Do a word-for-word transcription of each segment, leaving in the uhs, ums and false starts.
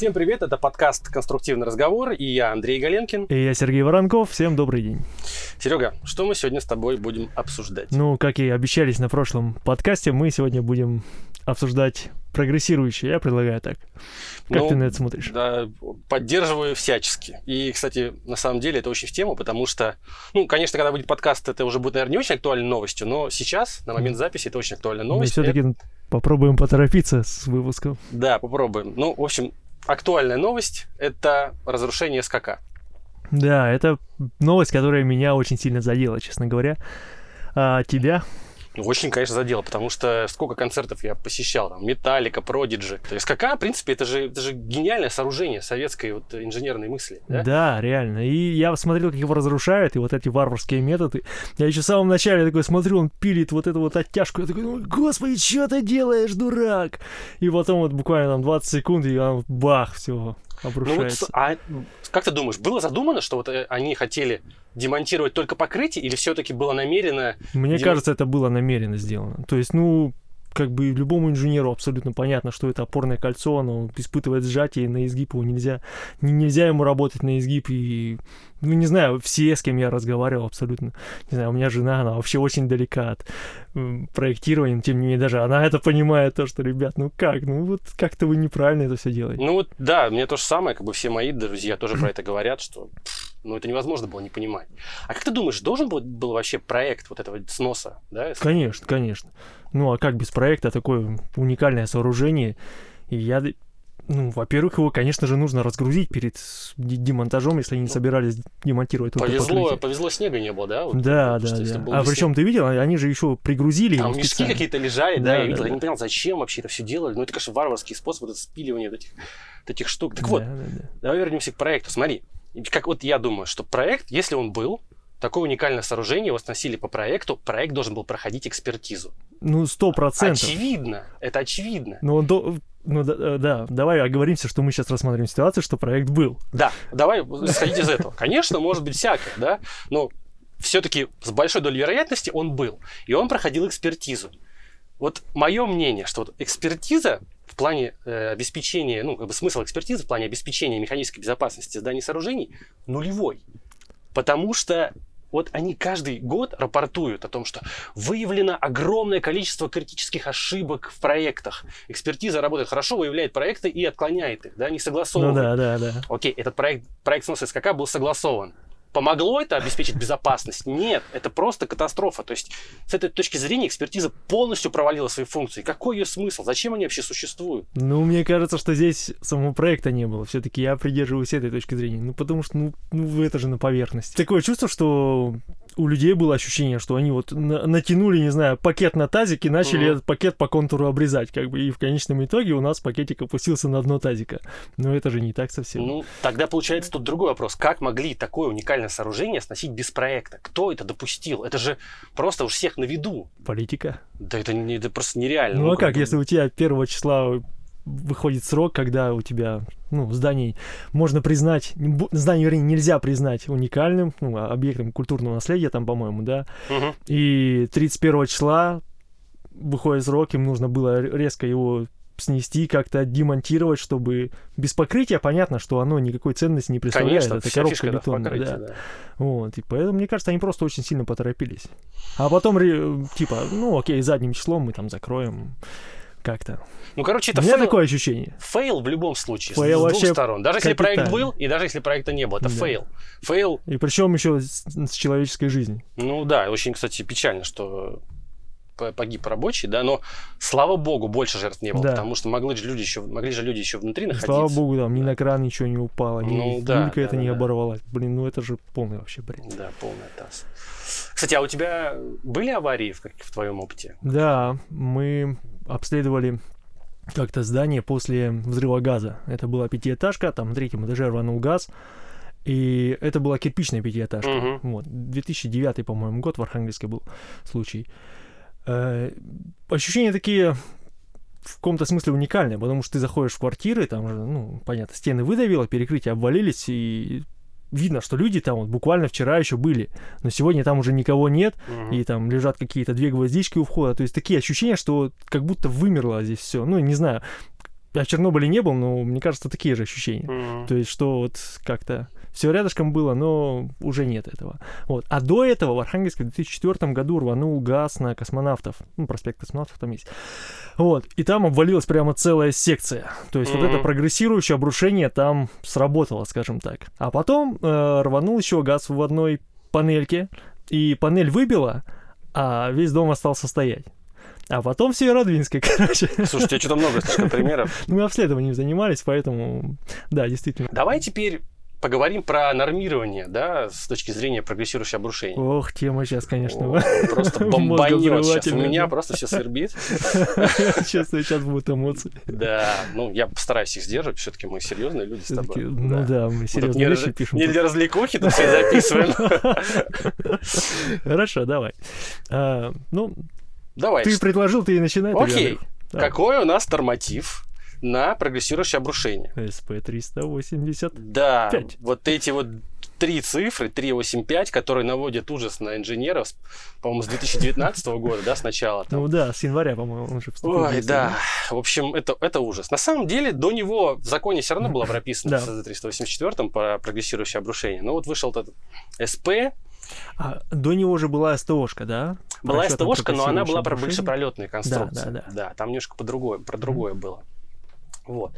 Всем привет, это подкаст «Конструктивный разговор», и я Андрей Галенкин. И я Сергей Воронков, всем добрый день. Серега, что мы сегодня с тобой будем обсуждать? Ну, как и обещались на прошлом подкасте, мы сегодня будем обсуждать прогрессирующее, я предлагаю так. Как ну, ты на это смотришь? Да, поддерживаю всячески. И, кстати, на самом деле это очень в тему, потому что, ну, конечно, когда будет подкаст, это уже будет, наверное, не очень актуальной новостью, но сейчас, на момент записи, это очень актуальная новость. Мы все-таки это... попробуем поторопиться с выпуском. Да, попробуем. Ну, в общем, актуальная новость – это разрушение СКК. Да, это новость, которая меня очень сильно задела, честно говоря. А тебя? Очень, конечно, задело, потому что сколько концертов я посещал, там, Металлика, Продиджи. СКК, в принципе, это же, это же гениальное сооружение советской вот инженерной мысли. Да? Да, реально. И я смотрел, как его разрушают, и вот эти варварские методы. Я еще в самом начале такой смотрю, он пилит вот эту вот оттяжку. Я такой, ну, господи, что ты делаешь, дурак? И потом вот буквально там двадцать секунд, и он бах, все обрушается. Ну, вот, а как ты думаешь, было задумано, что вот они хотели демонтировать только покрытие, или все-таки было намеренно... Мне демон... кажется, это было намеренно сделано. То есть, ну, как бы любому инженеру абсолютно понятно, что это опорное кольцо, оно испытывает сжатие, на изгиб его нельзя... Нельзя ему работать на изгиб, и... Ну, не знаю, все, с кем я разговаривал, абсолютно. Не знаю, у меня жена, она вообще очень далека от э, проектирования, но тем не менее, даже она это понимает, то, что, ребят, ну как, ну вот как-то вы неправильно это все делаете. Ну вот, да, мне то же самое, как бы все мои друзья тоже про это говорят, что, ну, это невозможно было не понимать. А как ты думаешь, должен был, был вообще проект вот этого сноса, да? Конечно, конечно. Ну, а как без проекта такое уникальное сооружение, и я... Ну, во-первых, его, конечно же, нужно разгрузить перед демонтажом, если они не собирались демонтировать только повезло, покрытие. Повезло, снега не было, да? Вот, да, вот, да, да. А причем ты видел, они же еще пригрузили там его мешки специально. какие-то лежали, да, да я видел, да, я да. не понял, зачем вообще это все делали. Ну, это, конечно, варварский способ, вот это спиливание вот этих, вот этих штук. Так да, вот, да, да. давай вернемся к проекту. Смотри, как вот я думаю, что проект, если он был, такое уникальное сооружение, его сносили по проекту, проект должен был проходить экспертизу. Ну, сто процентов. Очевидно, это очевидно. Ну, до... ну да, да, давай оговоримся, что мы сейчас рассматриваем ситуацию, что проект был. Да, давай исходить из этого. Конечно, может быть всякое, да, но все-таки с большой долей вероятности он был, и он проходил экспертизу. Вот мое мнение, что вот экспертиза в плане э, обеспечения, ну, как бы смысл экспертизы в плане обеспечения механической безопасности зданий и сооружений нулевой. Потому что вот они каждый год рапортуют о том, что выявлено огромное количество критических ошибок в проектах. Экспертиза работает хорошо, выявляет проекты и отклоняет их, да, не согласовывает. Ну да, да, да. Окей, этот проект, проект сноса СКК был согласован. Помогло это обеспечить безопасность? Нет, это просто катастрофа. То есть с этой точки зрения экспертиза полностью провалила свои функции. Какой ее смысл? Зачем они вообще существуют? Ну, мне кажется, что здесь самого проекта не было. Все-таки я придерживаюсь этой точки зрения. Ну, потому что, ну, ну это же на поверхности. Такое чувство, что у людей было ощущение, что они вот на- натянули, не знаю, пакет на тазик и начали Mm-hmm. этот пакет по контуру обрезать, как бы, и в конечном итоге у нас пакетик опустился на дно тазика. Но это же не так совсем. Ну, тогда получается тут другой вопрос. Как могли такое уникальное сооружение сносить без проекта? Кто это допустил? Это же просто у всех на виду. Политика. Да это, не, это просто нереально. Ну, ну а как, бы... если у тебя первого числа выходит срок, когда у тебя, ну, зданий можно признать, здание, вернее, нельзя признать уникальным, ну, объектом культурного наследия, там, по-моему, да, Угу. и тридцать первого числа выходит срок, им нужно было резко его снести, как-то демонтировать, чтобы без покрытия понятно, что оно никакой ценности не представляет. Конечно, это вся коробка фишка, да, в бетонная, покрытии, да. да. Вот, и поэтому, мне кажется, они просто очень сильно поторопились. А потом, ре- типа, ну, окей, задним числом мы там закроем как-то. Ну, короче, это У меня фейл, такое ощущение. фейл в любом случае, Фейл с, с вообще двух сторон. Даже если проект капитальный. был, и даже если проекта не было, это Да. фейл. Фейл, И причем еще с, с человеческой жизнью. ну да, очень, кстати, печально, что погиб рабочий, да, но слава богу, больше жертв не было, Да. потому что могли же люди еще, могли же люди еще внутри находиться. Слава богу, там ни на кран ничего не упало, ни Ну да, люлька да, это да, не да. оборвалась. Блин, ну это же полный вообще бред. Да, полная таз. Кстати, а у тебя были аварии в, как, в твоем опыте? Да, мы обследовали как-то здание после взрыва газа. Это была пятиэтажка, там на третьем этаже рванул газ. И это была кирпичная пятиэтажка. Мгм. Вот. две тысячи девятый, по-моему, год в Архангельске был случай. Э, ощущения такие в каком-то смысле уникальные, потому что ты заходишь в квартиры, там же, ну, понятно, стены выдавило, перекрытия обвалились, и видно, что люди там вот буквально вчера еще были, но сегодня там уже никого нет, Мгм. и там лежат какие-то две гвоздички у входа. То есть такие ощущения, что как будто вымерло здесь все. Ну, не знаю, я в Чернобыле не был, но мне кажется, такие же ощущения. Mm-hmm. То есть, что вот как-то все рядышком было, но уже нет этого. Вот. А до этого в Архангельске в две тысячи четвёртом году рванул газ на космонавтов. Ну, проспект космонавтов там есть. Вот. И там обвалилась прямо целая секция. То есть, mm-hmm. вот это прогрессирующее обрушение там сработало, скажем так. А потом э, рванул еще газ в одной панельке, и панель выбила, а весь дом остался стоять. А потом в Северодвинске, короче. Слушай, у тебя что-то много слишком примеров. Мы обследованием занимались, поэтому, да, действительно. Давай теперь поговорим про нормирование, да, с точки зрения прогрессирующего обрушения. Ох, тема сейчас, конечно. О, просто бомбанет сейчас. У меня просто все свербит. Честно, сейчас будут эмоции. Да, ну я постараюсь их сдерживать, все-таки мы серьезные люди с тобой. Ну да, мы серьезные вещи пишем. Не для развлекухи, тут все записываем. Хорошо, давай. Ну, Давай. Ты предложил, ты и начинай. Окей. Какой у нас норматив на прогрессирующее обрушение? эс пэ триста восемьдесят пять. Да, вот эти вот три цифры, триста восемьдесят пять, которые наводят ужас на инженеров, по-моему, с две тысячи девятнадцатого года, да, сначала. Там. Ну да, с января, по-моему, он же вступил. Ой, да. В общем, это, это ужас. На самом деле, до него в законе все равно было прописано в эс зэ триста восемьдесят четыре про прогрессирующее обрушение. Но вот вышел этот эс пэ. А до него же была эс тэ о-шка, да? Была эс тэ о-шка, но она была про большепролетные конструкции. Да, да, да. Да, там немножко по другое, про другое mm-hmm. было. Вот.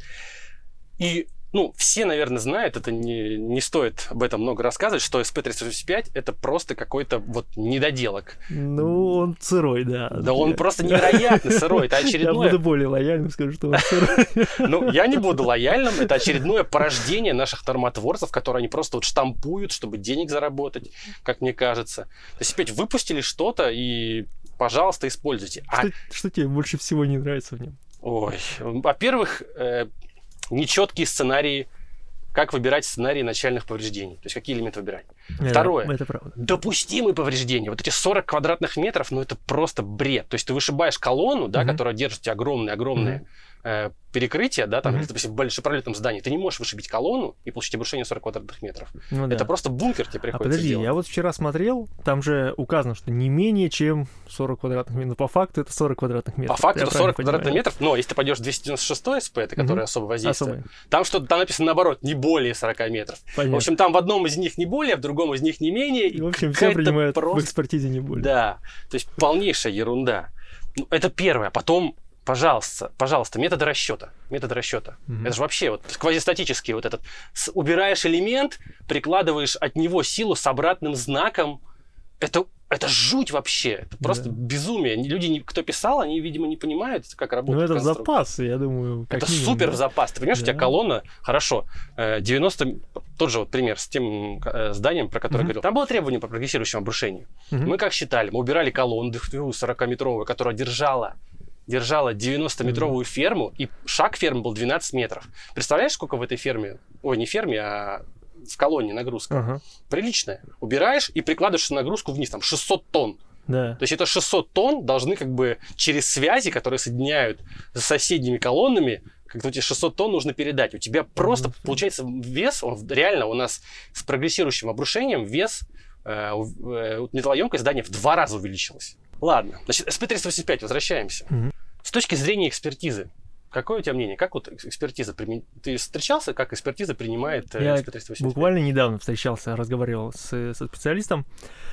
И, ну, все, наверное, знают, это не, не стоит об этом много рассказывать, что эс пэ триста восемьдесят пять это просто какой-то вот недоделок. Ну, он сырой, да. Да он просто невероятно сырой. Это очередное... Я буду более лояльным, скажу, что он сырой. Ну, я не буду лояльным. Это очередное порождение наших нормотворцев, которые они просто вот штампуют, чтобы денег заработать, как мне кажется. То есть опять выпустили что-то и, пожалуйста, используйте. Что, а... что тебе больше всего не нравится в нем? Ой, во-первых, э, нечеткие сценарии, как выбирать сценарии начальных повреждений, то есть какие элементы выбирать. Это, Второе, это правда. Допустимые повреждения. Вот эти сорок квадратных метров, ну это просто бред. То есть ты вышибаешь колонну, да, mm-hmm. которая держит у тебя огромные-огромные mm-hmm. э, перекрытия, да, там, mm-hmm. допустим, в большепролетном здании, ты не можешь вышибить колонну и получить обрушение сорок квадратных метров. Ну, это да. просто бункер тебе приходится А подожди, делать. Я вот вчера смотрел, там же указано, что не менее чем сорок квадратных метров. По факту это сорок квадратных метров. По факту это сорок квадратных метров, но если ты пойдешь в двести девяносто шестой эс пэ, это который mm-hmm. особо воздействует, Особый. там что-то там написано наоборот, не более сорок метров. Понятно. В общем, там в одном из них не более, в другом из них не менее. И, в общем, все принимают просто... в экспертизе не более. Да, то есть полнейшая ерунда. Ну, это первое. Потом, пожалуйста, пожалуйста, методы расчета. Методы расчета. Mm-hmm. Это же вообще вот квазистатический вот этот. С, убираешь элемент, прикладываешь от него силу с обратным знаком. Это, это жуть вообще. Это просто да. безумие. Люди, кто писал, они, видимо, не понимают, как работает Ну, это запас, я думаю. Это минимум, супер да? запас. Ты понимаешь, да. у тебя колонна, хорошо, девяносто, тот же вот пример с тем зданием, про которое mm-hmm. говорил. Там было требование по прогрессирующему обрушению. Mm-hmm. Мы как считали? Мы убирали колонну сорокаметровую, которая держала держала девяностометровую mm-hmm. ферму, и шаг фермы был двенадцать метров. Представляешь, сколько в этой ферме, ой, не ферме, а в колонне нагрузка? Uh-huh. Приличная. Убираешь и прикладываешь нагрузку вниз, там шестьсот тонн. Да. То есть это шестьсот тонн должны как бы через связи, которые соединяют с соседними колоннами, как-то эти шестьсот тонн нужно передать. У тебя просто mm-hmm. получается вес, он реально у нас с прогрессирующим обрушением вес э, э, металлоемкость здания в два раза увеличилась. Ладно, значит, эс пэ триста восемьдесят пять, возвращаемся. Mm-hmm. С точки зрения экспертизы, какое у тебя мнение? Как вот экспертиза? Ты встречался, как экспертиза принимает Я эс пэ триста восемьдесят пять? Буквально недавно встречался, разговаривал с, со специалистом,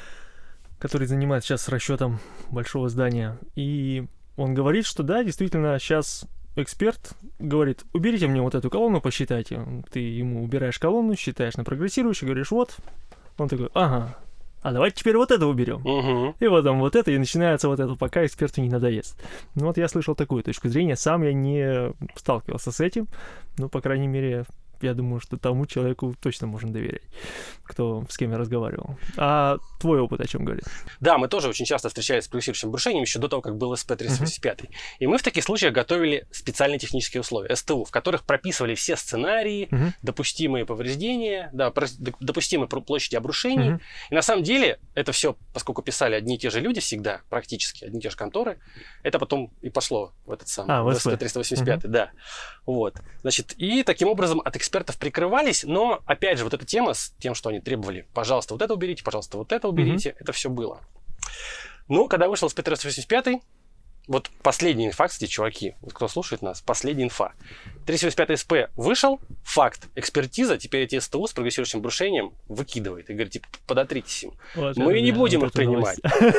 который занимается сейчас расчетом большого здания. И он говорит, что да, действительно, сейчас эксперт говорит, уберите мне вот эту колонну, посчитайте. Ты ему убираешь колонну, считаешь на прогрессирующий, говоришь, вот. Он такой, ага. А давайте теперь вот это уберем. Угу. И потом вот это, и начинается вот это, пока эксперту не надоест. Ну вот я слышал такую точку зрения. Сам я не сталкивался с этим. Но, по крайней мере, я думаю, что тому человеку точно можно доверять, кто с кем я разговаривал. А твой опыт о чем говорит? Да, мы тоже очень часто встречались с прогрессирующим обрушением еще до того, как был эс пэ триста восемьдесят пять. Uh-huh. И мы в таких случаях готовили специальные технические условия, эс тэ у, в которых прописывали все сценарии, uh-huh. допустимые повреждения, да, допустимые площади обрушений. Uh-huh. И на самом деле это все, поскольку писали одни и те же люди всегда, практически, одни и те же конторы, это потом и пошло в этот самый а, в эс пэ триста восемьдесят пять. Uh-huh. Да. Вот. Значит, и таким образом от экспертов прикрывались, но, опять же, вот эта тема с тем, что они требовали, пожалуйста, вот это уберите, пожалуйста, вот это уберите, mm-hmm. это все было. Ну, когда вышел эс пэ триста восемьдесят пять, вот последний инфа, кстати, чуваки, вот кто слушает нас, последняя инфа. триста восемьдесят пять эс пи вышел, факт, экспертиза, теперь эти СТУ с прогрессирующим обрушением выкидывает и говорит, типа, подотритесь им. Вот Мы это, не да, будем вот их принимать.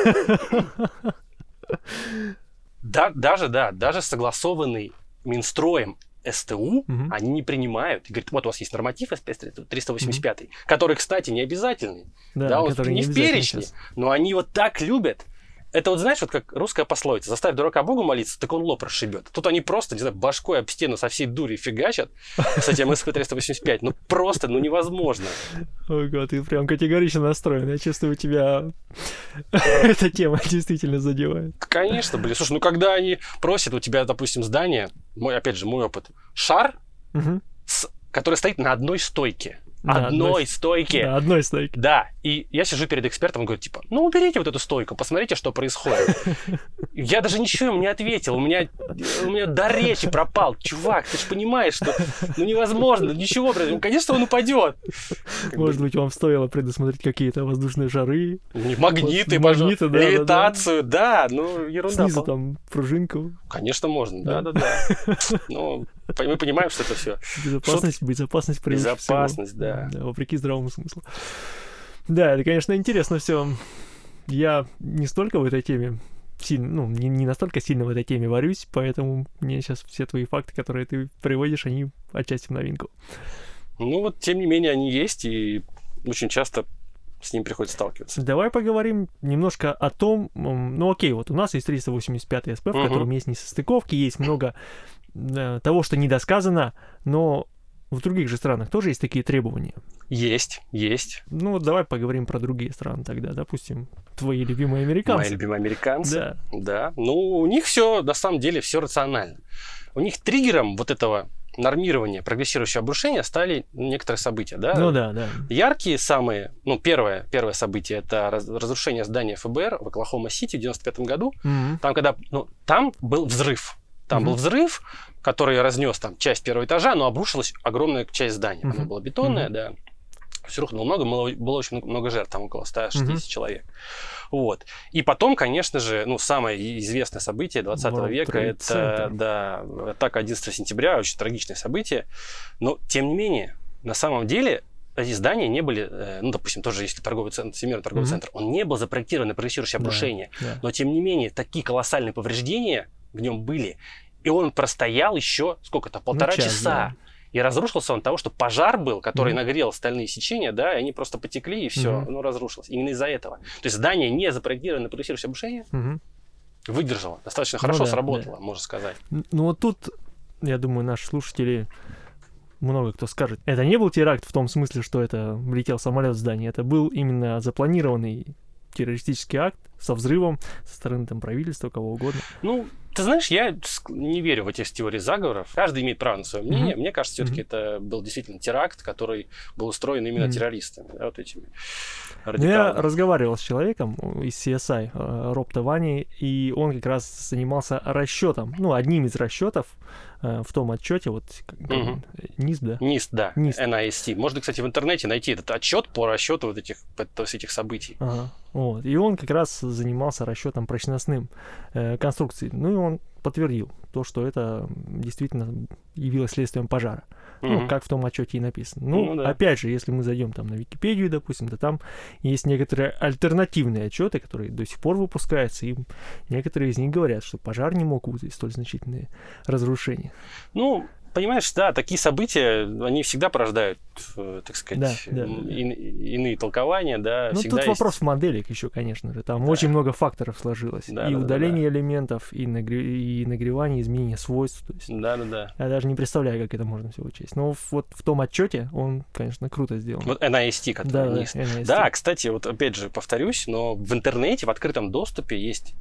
Да, даже, да, даже согласованный Минстроем СТУ угу. они не принимают. И говорят, вот у вас есть норматив триста восемьдесят пять, угу. который, кстати, не обязательный. Да, да он не в перечне, сейчас. Но они вот так любят. Это вот, знаешь, вот как русская пословица. Заставь дурака Богу молиться, так он лоб расшибет. Тут они просто, не знаю, башкой об стену со всей дури фигачат с этим эс пи триста восемьдесят пять. Ну, просто, ну, невозможно. Ой, God, ты прям категорично настроен. Я чувствую, тебя эта тема действительно задевает. Конечно, блин. Слушай, ну, когда они просят у тебя, допустим, здание, мой, опять же, мой опыт, шар, с, который стоит на одной стойке. На одной, одной стойке. На одной стойке. Да. И я сижу перед экспертом и говорю, типа, ну, уберите вот эту стойку, посмотрите, что происходит. Я даже ничего ему не ответил. У меня, у меня дар речи пропал. Чувак, ты же понимаешь, что ну невозможно, ничего. Конечно, он упадет. Может быть, вам стоило предусмотреть какие-то воздушные шары. Магниты, магниты, да, левитацию, да, да, ну, ерунда. Снизу там пружинку. Конечно, можно, да-да-да. Но мы понимаем, что это все. Безопасность, Шут... безопасность прежде Безопасность, всего. да. да. Вопреки здравому смыслу. Да, это, конечно, интересно все. Я не столько в этой теме сильно, ну, не, не настолько сильно в этой теме варюсь, поэтому мне сейчас все твои факты, которые ты приводишь, они отчасти в новинку. Ну вот, тем не менее, они есть, и очень часто с ним приходится сталкиваться. Давай поговорим немножко о том, ну окей, вот у нас есть триста восемьдесят пять эс пи, в uh-huh. котором есть несостыковки, есть много э, того, что недосказано, но в других же странах тоже есть такие требования? Есть, есть. Ну вот давай поговорим про другие страны тогда, допустим, твои любимые американцы. Мои любимые американцы? Да. Да, ну у них все, на самом деле, все рационально. У них триггером вот этого нормирования прогрессирующего обрушения стали некоторые события, да? Ну да, да. Яркие самые, ну первое, первое событие это раз, разрушение здания эф бэ эр в Оклахома-Сити в девяносто пятом году. Mm-hmm. Там, когда, ну, там был взрыв. Там mm-hmm. был взрыв, который разнес там часть первого этажа, но обрушилась огромная часть здания. Mm-hmm. Оно было бетонное, mm-hmm. да. Все рухнуло много, было, было очень много жертв, там около ста шестидесяти mm-hmm. человек. Вот. И потом, конечно же, ну, самое известное событие двадцатого века, это да, атака одиннадцатого сентября, очень трагичное событие. Но, тем не менее, на самом деле, эти здания не были, ну, допустим, тоже если торговый центр, Всемирный торговый mm-hmm. центр, он не был запроектирован на прогрессирующее обрушение. Да, да. Но, тем не менее, такие колоссальные повреждения в нем были. И он простоял еще, сколько-то, полтора ну, час, часа. Да. И разрушился он от того, что пожар был, который mm-hmm. нагрел стальные сечения, да, и они просто потекли, и все, mm-hmm. оно разрушилось. Именно из-за этого. То есть здание, не запроектированное на прогрессирующее обрушение, mm-hmm. выдержало, достаточно хорошо ну, да, сработало, да. можно сказать. Ну вот тут, я думаю, наши слушатели, много кто скажет, это не был теракт в том смысле, что это влетел самолет в здание, это был именно запланированный террористический акт со взрывом со стороны там правительства, кого угодно. Ну, ты знаешь, я не верю в эти теории заговоров. Каждый имеет право на свое мнение. Mm-hmm. Мне кажется, все-таки mm-hmm. это был действительно теракт, который был устроен именно mm-hmm. террористами, да, вот этими радикалами. Я разговаривал с человеком из си эс ай, Роб Тавани, и он как раз занимался расчетом, ну, одним из расчетов в том отчете, вот mm-hmm. нист, да? нист, да, нист. эн ай эс ти. Можно, кстати, в интернете найти этот отчет по расчету вот этих, этих событий. Ага. Вот. И он как раз занимался расчетом прочностным э, конструкций. Ну и он подтвердил то, что это действительно явилось следствием пожара. Mm-hmm. Ну, как в том отчете и написано. Ну, ну да. опять же, если мы зайдем там на Википедию, допустим, то там есть некоторые альтернативные отчеты, которые до сих пор выпускаются, и некоторые из них говорят, что пожар не мог вызвать столь значительные разрушения. Ну, понимаешь, да, такие события, они всегда порождают, так сказать, да, да, ин- да. иные толкования, да. Ну, тут есть... вопрос в моделях еще, конечно же. Там да. очень много факторов сложилось. Да, и да, удаление да, да. элементов, и, нагре... и нагревание, изменение свойств. То есть да, да, да. Я даже не представляю, как это можно все учесть. Но вот в том отчете он, конечно, круто сделан. Вот эн ай эс ти, который да, нист. Да, эн ай эс ти. Да, кстати, вот опять же повторюсь, но в интернете, в открытом доступе есть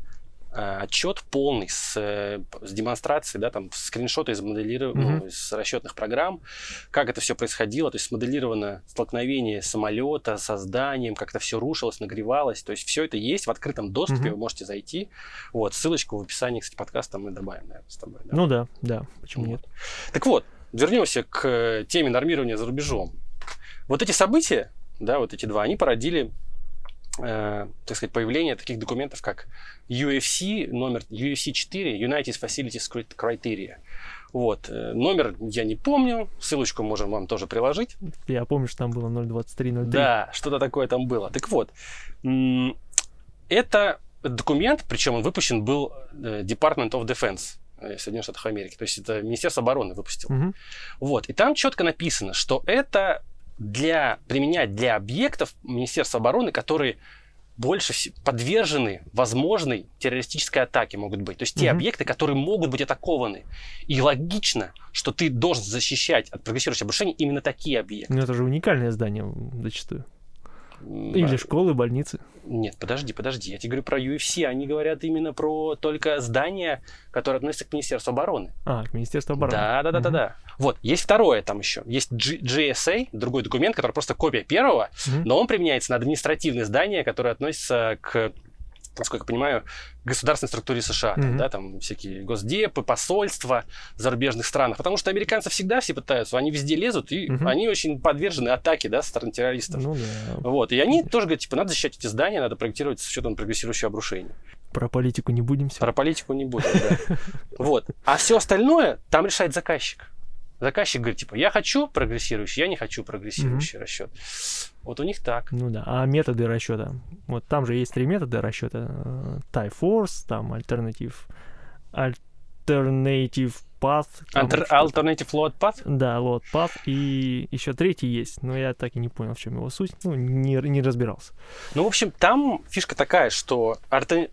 отчет полный с, с демонстрацией, да, там скриншоты из моделирования, mm-hmm. ну, из расчетных программ, как это все происходило, то есть смоделировано столкновение самолета со зданием, как это все рушилось, нагревалось, то есть все это есть в открытом доступе, mm-hmm. вы можете зайти, вот, ссылочку в описании, кстати, подкаста мы добавим, наверное, с тобой. Да? Ну да, да, почему вот. нет. Так вот, вернемся к теме нормирования за рубежом. Вот эти события, да, вот эти два, они породили э, так сказать, появление таких документов, как ю эф си, номер ю эф си четыре, United Facilities Criteria. Вот. Номер я не помню, ссылочку можем вам тоже приложить. Я помню, что там было ноль двадцать три ноль три. Да, что-то такое там было. Так вот, это документ, причем он выпущен был Department of Defense Соединенных Штатов Америки, то есть это Министерство обороны выпустило. Угу. Вот. И там четко написано, что это для, применять для объектов Министерства обороны, которые больше подвержены возможной террористической атаке могут быть. То есть те mm-hmm. объекты, которые могут быть атакованы. И логично, что ты должен защищать от прогрессирующего обрушения именно такие объекты. Но это же уникальное здание зачастую. Или школы, больницы. Нет, подожди, подожди. Я тебе говорю про ю эф си. Они говорят именно про только здания, которые относятся к Министерству обороны. А, к Министерству обороны. Да, да, да, угу. да, да. Вот, есть второе там еще. Есть джи эс эй, другой документ, который просто копия первого, угу. но он применяется на административные здания, которые относятся к, насколько я понимаю, государственной структуре США. Mm-hmm. Там, да, там всякие госдепы, посольства в зарубежных странах. Потому что американцы всегда все пытаются, они везде лезут, и mm-hmm. они очень подвержены атаке, да, со стороны террористов. Ну, да. Вот, и они тоже говорят, типа, надо защищать эти здания, надо проектировать с учетом прогрессирующего обрушения. Про политику не будем сегодня. Про политику не будем, да. Вот. А все остальное там решает заказчик. Заказчик говорит, типа, я хочу прогрессирующий, я не хочу прогрессирующий mm-hmm. расчет. Вот у них так. Ну да, а методы расчета? Вот там же есть три метода расчета. Tie-Force, там Alternative, Alternative Path. Alter, alternative Load Path? Да, Load Path. И еще третий есть, но я так и не понял, в чем его суть. Ну, не, не разбирался. Ну, в общем, там фишка такая, что Alternative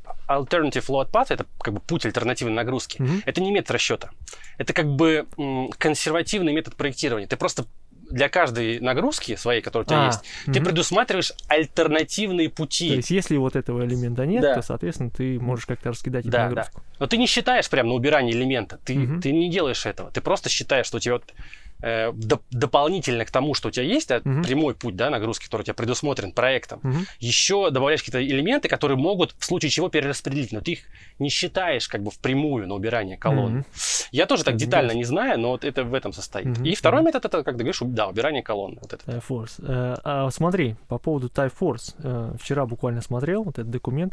Load Path — это как бы путь альтернативной нагрузки. Mm-hmm. Это не метод расчета. Это как бы м, консервативный метод проектирования. Ты просто для каждой нагрузки своей, которая у тебя а, есть, угу. ты предусматриваешь альтернативные пути. То есть, если вот этого элемента нет, да. то, соответственно, ты можешь как-то раскидать да, эту нагрузку. Да. Но ты не считаешь прямо на убирание элемента. Ты, угу. ты не делаешь этого. Ты просто считаешь, что у тебя вот, э, доп- дополнительно к тому, что у тебя есть, да, угу. прямой путь, да, нагрузки, который у тебя предусмотрен проектом, угу. еще добавляешь какие-то элементы, которые могут в случае чего перераспределить. Но ты их не считаешь как бы впрямую на убирание колонн. Угу. Я тоже так детально не знаю, но вот это в этом состоит. Угу. И второй угу. метод — это, как ты говоришь, да, убирание колонн. Вот это. Tie-Force. Э, а, смотри, по поводу Tie-Force. Э, вчера буквально смотрел вот этот документ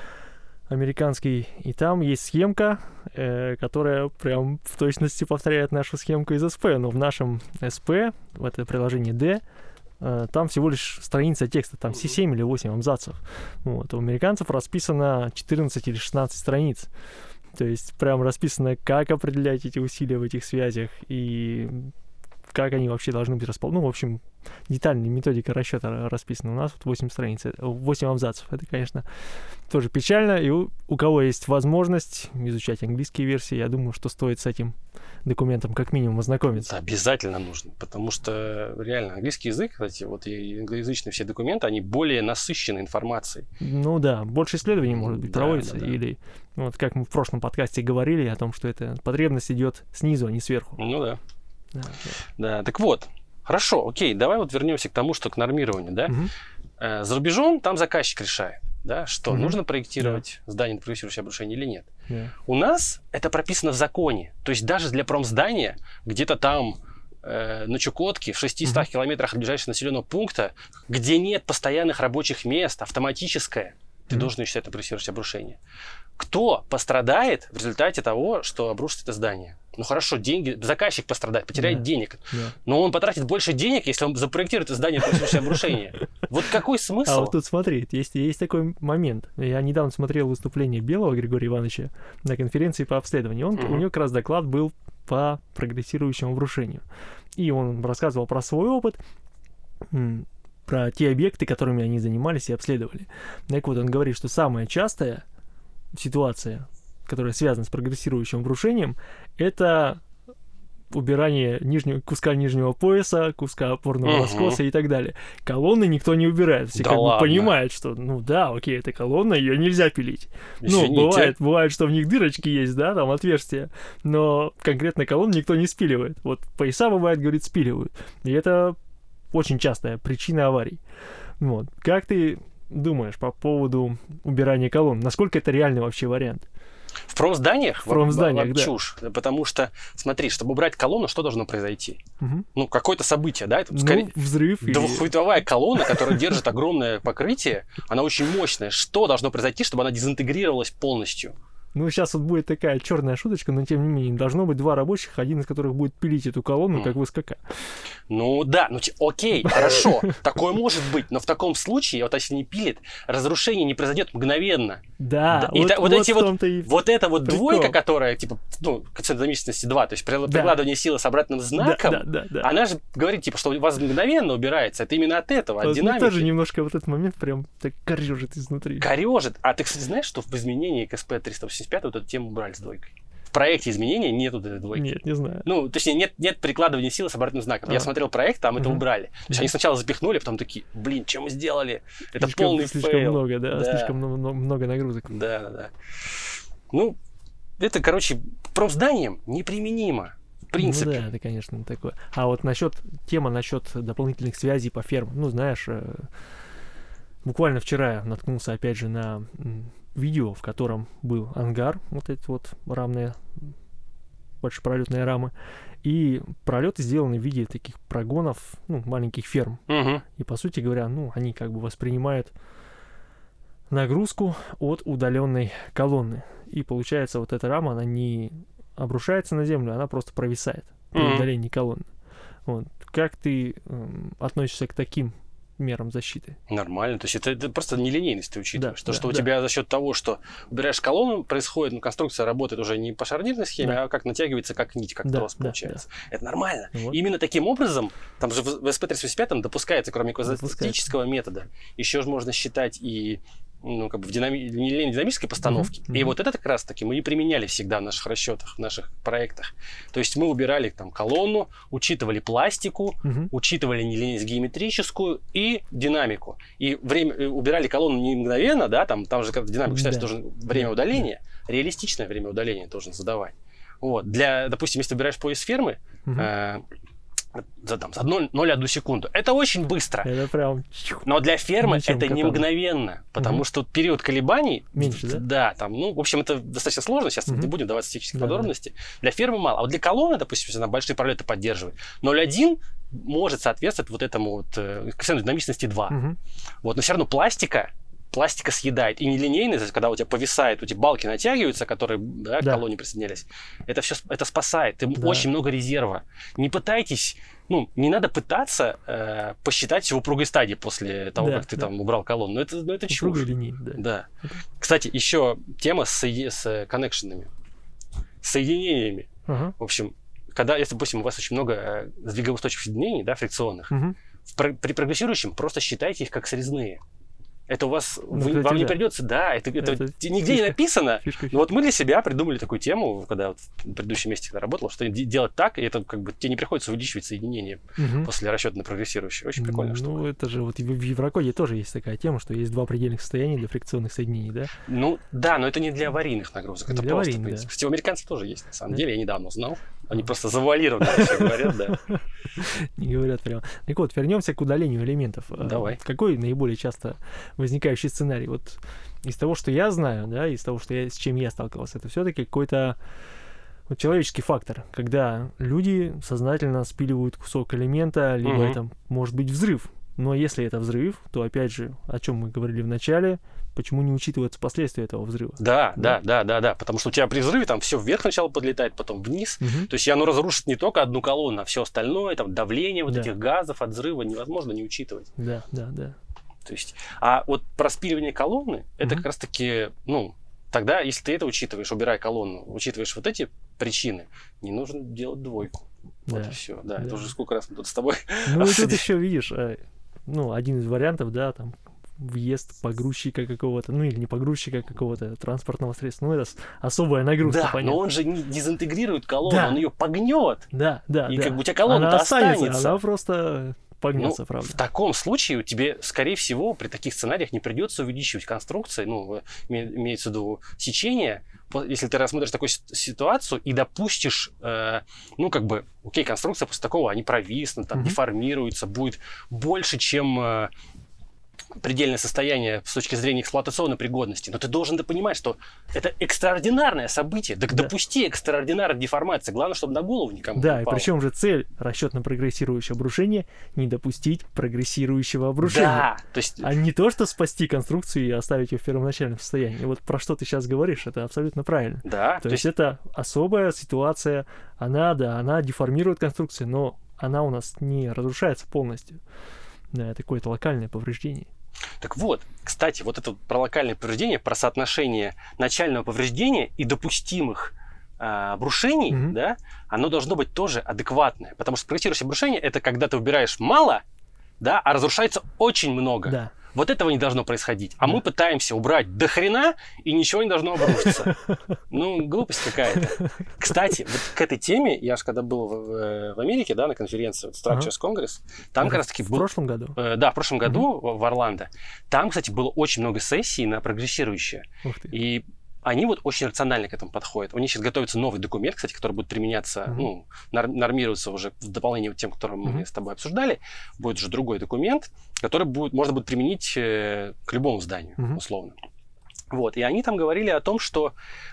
американский, и там есть схемка, э, которая прям в точности повторяет нашу схемку из эс пи, но в нашем эс пи, в это приложение D, э, там всего лишь страница текста, там все семь или восемь абзацев. Вот. У американцев расписано четырнадцать или шестнадцать страниц. То есть прям расписано, как определять эти усилия в этих связях и как они вообще должны быть расположены. Ну, в общем, детальная методика расчета расписана. У нас вот восемь страниц, восемь абзацев. Это, конечно, тоже печально. И у, у кого есть возможность изучать английские версии, я думаю, что стоит с этим документом как минимум ознакомиться. Обязательно нужно, потому что реально английский язык, кстати, вот и англоязычные все документы, они более насыщены информацией. Ну да, больше исследований, может быть, да, проводится. Да, да. Или, вот как мы в прошлом подкасте говорили о том, что эта потребность идет снизу, а не сверху. Ну да. Да, да. Да, так вот, хорошо, окей, давай вот вернемся к тому, что к нормированию, да. Угу. Э, за рубежом там заказчик решает, да, что угу. нужно проектировать да. здание на прогрессирующее обрушение или нет. Да. У нас это прописано в законе, то есть даже для промздания где-то там э, на Чукотке в шестистах угу. километрах от ближайшего населенного пункта, где нет постоянных рабочих мест, автоматическое, ты угу. должен считать на прогрессирующее обрушение. Кто пострадает в результате того, что обрушится это здание? Ну хорошо, деньги, заказчик пострадает, потеряет да. денег, да. но он потратит больше денег, если он запроектирует это здание после обрушения. Вот какой смысл? А вот тут смотри, есть, есть такой момент. Я недавно смотрел выступление Белого Григория Ивановича на конференции по обследованию. Он, угу. У него как раз доклад был по прогрессирующему обрушению. И он рассказывал про свой опыт, про те объекты, которыми они занимались и обследовали. Так вот, он говорит, что самая частая ситуация, которая связана с прогрессирующим обрушением, это убирание нижнего, куска нижнего пояса, куска опорного угу. раскоса и так далее. Колонны никто не убирает. Все да как ладно. бы понимают, что, ну да, окей, это колонна, ее нельзя пилить. Извините. Ну, бывает, бывает, что в них дырочки есть, да, там отверстия, но конкретно колонны никто не спиливает. Вот пояса, бывает, говорит, спиливают. И это очень частая причина аварий. Вот. Как ты думаешь по поводу убирания колонн? Насколько это реальный вообще вариант? В промзданиях? В промзданиях, да. Чушь. Потому что, смотри, чтобы убрать колонну, что должно произойти? Угу. Ну, какое-то событие, да? Это, ну, скорее... взрыв. Двухфутовая или... колонна, которая держит огромное покрытие, она очень мощная. Что должно произойти, чтобы она дезинтегрировалась полностью? Ну, сейчас вот будет такая черная шуточка, но тем не менее, должно быть два рабочих, один из которых будет пилить эту колонну, mm. как ВСКК. Ну да, ну окей, хорошо, такое может быть, но в таком случае, вот если не пилит, разрушение не произойдет мгновенно. Да, и вот, та, вот, вот эти вот, и вот эта вот прикол. Двойка, которая, типа, ну, коэффициент заместительности два, то есть да. прикладывание силы с обратным знаком, да, да, да, да. она же говорит, типа, что у вас мгновенно убирается, это именно от этого, от вот динамики. тоже немножко вот этот момент прям так корежит изнутри. Корежит. А ты, кстати, знаешь, что в изменении к эс пи триста восемьдесят пять вот эту тему убрали с двойкой? В проекте изменения нет вот этой двойки. Нет, не знаю. Ну, точнее, нет, нет прикладывания силы с обратным знаком. А. Я смотрел проект, там это убрали. То есть они сначала запихнули, потом такие, блин, что мы сделали? Это слишком, полный слишком фейл. много, да, да. слишком много, много нагрузок. Да, да, да. Ну, это, короче, промзданием неприменимо. В принципе. Ну да, это, конечно, такое. А вот насчет, тема насчет дополнительных связей по фермам. Ну, знаешь, буквально вчера я наткнулся, опять же, на видео, в котором был ангар, вот эти вот рамные, большепролетные рамы, и пролеты сделаны в виде таких прогонов, ну, маленьких ферм. Угу. И, по сути говоря, ну, они как бы воспринимают нагрузку от удаленной колонны. И получается, вот эта рама, она не обрушается на землю, она просто провисает при mm-hmm. удалении колонны. Вот. Как ты эм, относишься к таким мерам защиты? Нормально. То есть это, это просто нелинейность ты учитываешь. Да, То, да, что у да. тебя за счет того, что убираешь колонну, происходит, ну, конструкция работает уже не по шарнирной схеме, да. а как натягивается, как нить, как да, трос да, получается. Да. Это нормально. Вот. Именно таким образом, там же в эс пи триста восемьдесят пять допускается, кроме квазистатического метода, еще же можно считать и ну, как бы в динами... нелинейной динамической постановке. Mm-hmm. И вот это как раз-таки мы и применяли всегда в наших расчетах, в наших проектах. То есть мы убирали там колонну, учитывали пластику, mm-hmm. учитывали нелинейность геометрическую и динамику. И время... убирали колонну не мгновенно, да, там, там же как динамика считается, да. должен время удаления, да. реалистичное время удаления должен задавать. Вот. Для, допустим, если ты убираешь пояс фермы, mm-hmm. э- за, там, за ноль целых одну секунду. Это очень быстро. Это прям... Но для фермы Ничем это не кататься. мгновенно, потому угу. что период колебаний... Меньше, да? Да, там, ну, в общем, это достаточно сложно, сейчас угу. не будем даваться технические да, подробности. Да. Для фермы мало. А вот для колонны, допустим, если она большие пролеты поддерживает, ноль целых один может соответствовать вот этому вот коэффициенту динамичности два. Угу. Вот, но все равно пластика Пластика съедает. И нелинейность, когда у тебя повисает, у тебя балки натягиваются, которые да, к да. колонне присоединялись, это все это спасает. Ты да. очень много резерва. Не пытайтесь, ну, не надо пытаться э, посчитать все в упругой стадии после того, да, как ты да. там убрал колонну. Ну, это, ну, это чушь. Линии, да. да. Кстати, еще тема с, с коннекшенами, с соединениями. Ага. В общем, когда, если, допустим, у вас очень много сдвигоустойчивых соединений, да, фрикционных, угу. в, при прогрессирующем просто считайте их как срезные. Это у вас, ну, вы, вам да. не придется, да, это, это, это нигде фишка, не написано. Фишка, фишка. Но вот мы для себя придумали такую тему, когда вот в предыдущем месте когда работал, что делать так, и это как бы тебе не приходится увеличивать соединение угу. после расчета на прогрессирующее. Очень прикольно. Ну, ну это же вот в Еврокоде тоже есть такая тема, что есть два предельных состояния для фрикционных соединений, да? Ну, да, но это не для аварийных нагрузок, не это для просто, аварийных, в принципе. Да. Кстати, у американцев тоже есть, на самом да? деле, я недавно узнал. Они просто завуалированно все говорят, да. Не говорят прямо. Так вот, вернемся к удалению элементов. Давай. Какой наиболее часто возникающий сценарий? Вот из того, что я знаю, да, из того, что я, с чем я сталкивался, это все-таки какой-то вот человеческий фактор, когда люди сознательно спиливают кусок элемента, либо угу. это может быть взрыв. Но если это взрыв, то опять же, о чем мы говорили в начале, почему не учитываются последствия этого взрыва? Да, да, да, да, да, потому что у тебя при взрыве там все вверх сначала подлетает, потом вниз. Угу. То есть оно разрушит не только одну колонну, а все остальное, там давление вот да. этих газов от взрыва невозможно не учитывать. Да, да, да. То есть, а вот про спиливание колонны, угу. это как раз-таки, ну, тогда, если ты это учитываешь, убирая колонну, учитываешь вот эти причины, не нужно делать двойку. Вот да. и все. Да, да, это уже сколько раз мы тут с тобой Ну, и тут еще видишь, ну, один из вариантов, да, там, въезд погрузчика какого-то, ну или не погрузчика какого-то транспортного средства, ну это особая нагрузка, да, понятно. Но он же не дезинтегрирует колонну, да. он ее погнет. Да, да, и да. как бы у тебя колонна останется, останется. Она просто погнется, ну, правда. В таком случае тебе, скорее всего, при таких сценариях не придется увеличивать конструкции, ну, имеется в виду сечение, если ты рассмотришь такую ситуацию и допустишь, э, ну, как бы, окей, конструкция после такого, они провиснут, там, mm-hmm. деформируются, будет больше, чем... Э, предельное состояние с точки зрения эксплуатационной пригодности, но ты должен понимать, что это экстраординарное событие. Так Да. допусти экстраординарную деформацию. Главное, чтобы на голову никому Да, не и упало. причем же цель расчетно-прогрессирующего обрушения не допустить прогрессирующего обрушения. Да, то есть... А не то, что спасти конструкцию и оставить ее в первоначальном состоянии. И вот про что ты сейчас говоришь, это абсолютно правильно. Да, То есть это особая ситуация, она, да, она деформирует конструкцию, но она у нас не разрушается полностью. Да, это какое-то локальное повреждение. Так вот, кстати, вот это про локальное повреждение, про соотношение начального повреждения и допустимых а, обрушений, Мгм. да, оно должно быть тоже адекватное. Потому что прогрессирующее обрушение — это когда ты убираешь мало, да, а разрушается очень много. Да. Вот этого не должно происходить. А Да. мы пытаемся убрать до хрена, и ничего не должно обрушиться. Ну, глупость какая-то. Кстати, вот к этой теме, я же когда был в, в Америке, да, на конференции вот, Structures Congress, там как раз таки В был... прошлом году? Э, Да, в прошлом году в в Орландо. Там, кстати, было очень много сессий на прогрессирующее. Ух ты. И они вот очень рационально к этому подходят. У них сейчас готовится новый документ, кстати, который будет применяться, Мгм. ну, нар- нормироваться уже в дополнение к тем, которые мы Мгм. с тобой обсуждали. Будет уже другой документ, который будет, можно будет применить э, к любому зданию, Мгм. условно. Вот. И они там говорили о том, что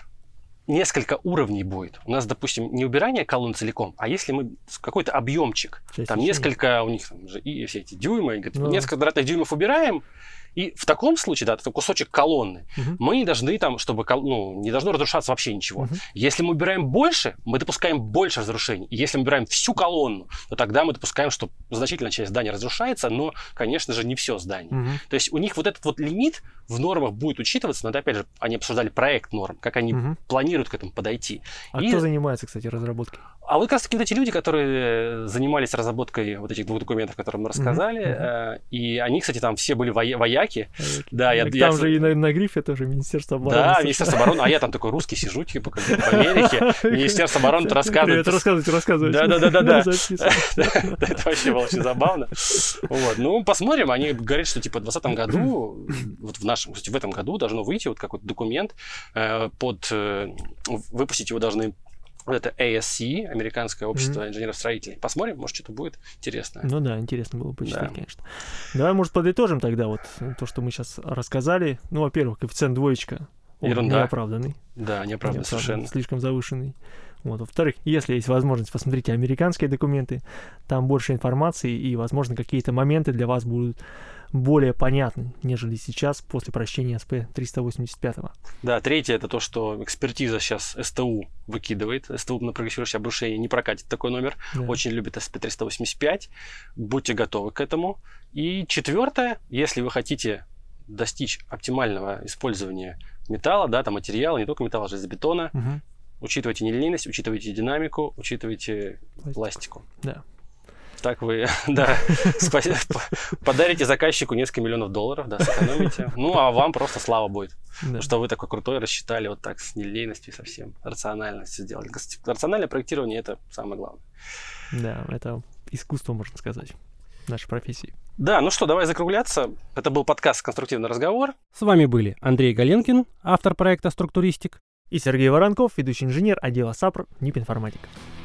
несколько уровней будет. У нас, допустим, не убирание колонн целиком, а если мы с- какой-то объемчик, Часть там течения. несколько, у них там же и все эти дюймы, они говорят, Ну. несколько квадратных дюймов убираем, и в таком случае, да, это кусочек колонны, Мгм. мы не должны там, чтобы, кол- ну, не должно разрушаться вообще ничего. Мгм. Если мы убираем больше, мы допускаем больше разрушений. И если мы убираем всю колонну, то тогда мы допускаем, что значительная часть здания разрушается, но, конечно же, не все здание. Мгм. То есть у них вот этот вот лимит в нормах будет учитываться, но это, опять же, они обсуждали проект норм, как они Мгм. планируют к этому подойти. А И- кто занимается, кстати, разработкой? А вот как раз таки вот эти люди, которые занимались разработкой вот этих двух документов, которые мы рассказали, мгм. э, и они, кстати, там все были воя- вояки. Да, я- Так я там с- же и на, на грифе тоже Министерство обороны. Да, США. Министерство обороны, а я там такой русский сижу, типа, как бы в Америке, Министерство обороны рассказывает. Привет, рассказывайте, рассказывайте. Да-да-да-да-да. Записывай. Да, это вообще было очень забавно. Вот. Ну, посмотрим. Они говорят, что типа в двадцатом году, вот в нашем, кстати, в этом году должно выйти вот какой-то документ э, под... э, выпустить его должны вот это эй эс си, Американское общество инженеров-строителей. Посмотрим, может, что-то будет интересное. Ну да, интересно было почитать, Да. конечно. Давай, может, подытожим тогда вот то, что мы сейчас рассказали. Ну, во-первых, коэффициент двоечка, он Ерунда. неоправданный. Да, неправда, неоправданный, совершенно. Слишком завышенный. Вот. Во-вторых, если есть возможность, посмотрите американские документы, там больше информации, и, возможно, какие-то моменты для вас будут более понятны, нежели сейчас после прочтения эс пэ триста восемьдесят пять. Да, третье это то, что экспертиза сейчас эс тэ у выкидывает. эс тэ у на прогрессирующее обрушение не прокатит такой номер. Да. Очень любит эс пэ триста восемьдесят пять. Будьте готовы к этому. И четвертое, если вы хотите достичь оптимального использования металла, да, там материала, не только металла, а железобетона, Мгм. учитывайте нелинейность, учитывайте динамику, учитывайте Пластику. пластику. Да. Так вы, да, спаси- подарите заказчику несколько миллионов долларов, да, сэкономите. Ну, а вам просто слава будет. Да. Что вы такой крутой рассчитали вот так с нелинейностью совсем, рационально все сделали. Рациональное проектирование — это самое главное. Да, это искусство, можно сказать, нашей профессии. Да, ну что, давай закругляться. Это был подкаст «Конструктивный разговор». С вами были Андрей Галенкин, автор проекта «Структуристик». И Сергей Воронков, ведущий инженер отдела САПР НИП Информатика.